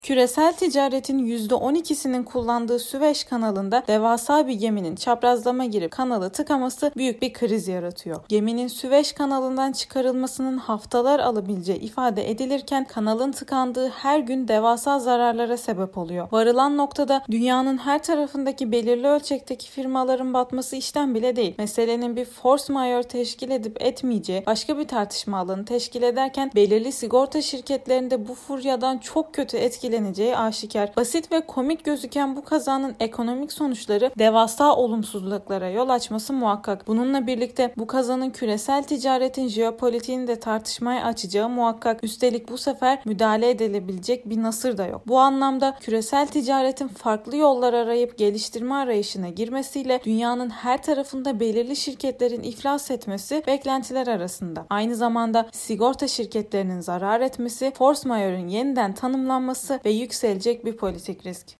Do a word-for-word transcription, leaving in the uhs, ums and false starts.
Küresel ticaretin yüzde on ikisinin kullandığı Süveyş kanalında devasa bir geminin çaprazlama girip kanalı tıkaması büyük bir kriz yaratıyor. Geminin Süveyş kanalından çıkarılmasının haftalar alabileceği ifade edilirken kanalın tıkandığı her gün devasa zararlara sebep oluyor. Varılan noktada dünyanın her tarafındaki belirli ölçekteki firmaların batması işten bile değil. Meselenin bir force majeure teşkil edip etmeyeceği başka bir tartışma alanı teşkil ederken belirli sigorta şirketlerinde bu furyadan çok kötü etkileneceği aşikar. Basit ve komik gözüken bu kazanın ekonomik sonuçları devasa olumsuzluklara yol açması muhakkak. Bununla birlikte bu kazanın küresel ticaretin jeopolitiğini de tartışmaya açacağı muhakkak. Üstelik bu sefer müdahale edilebilecek bir nasır da yok. Bu anlamda küresel ticaretin farklı yollar arayıp geliştirme arayışına girmesiyle dünyanın her tarafında belirli şirketlerin iflas etmesi beklentiler arasında. Aynı zamanda sigorta şirketlerinin zarar etmesi, force majeure'ün yeniden tanımlanması ve yükselecek bir politik risk.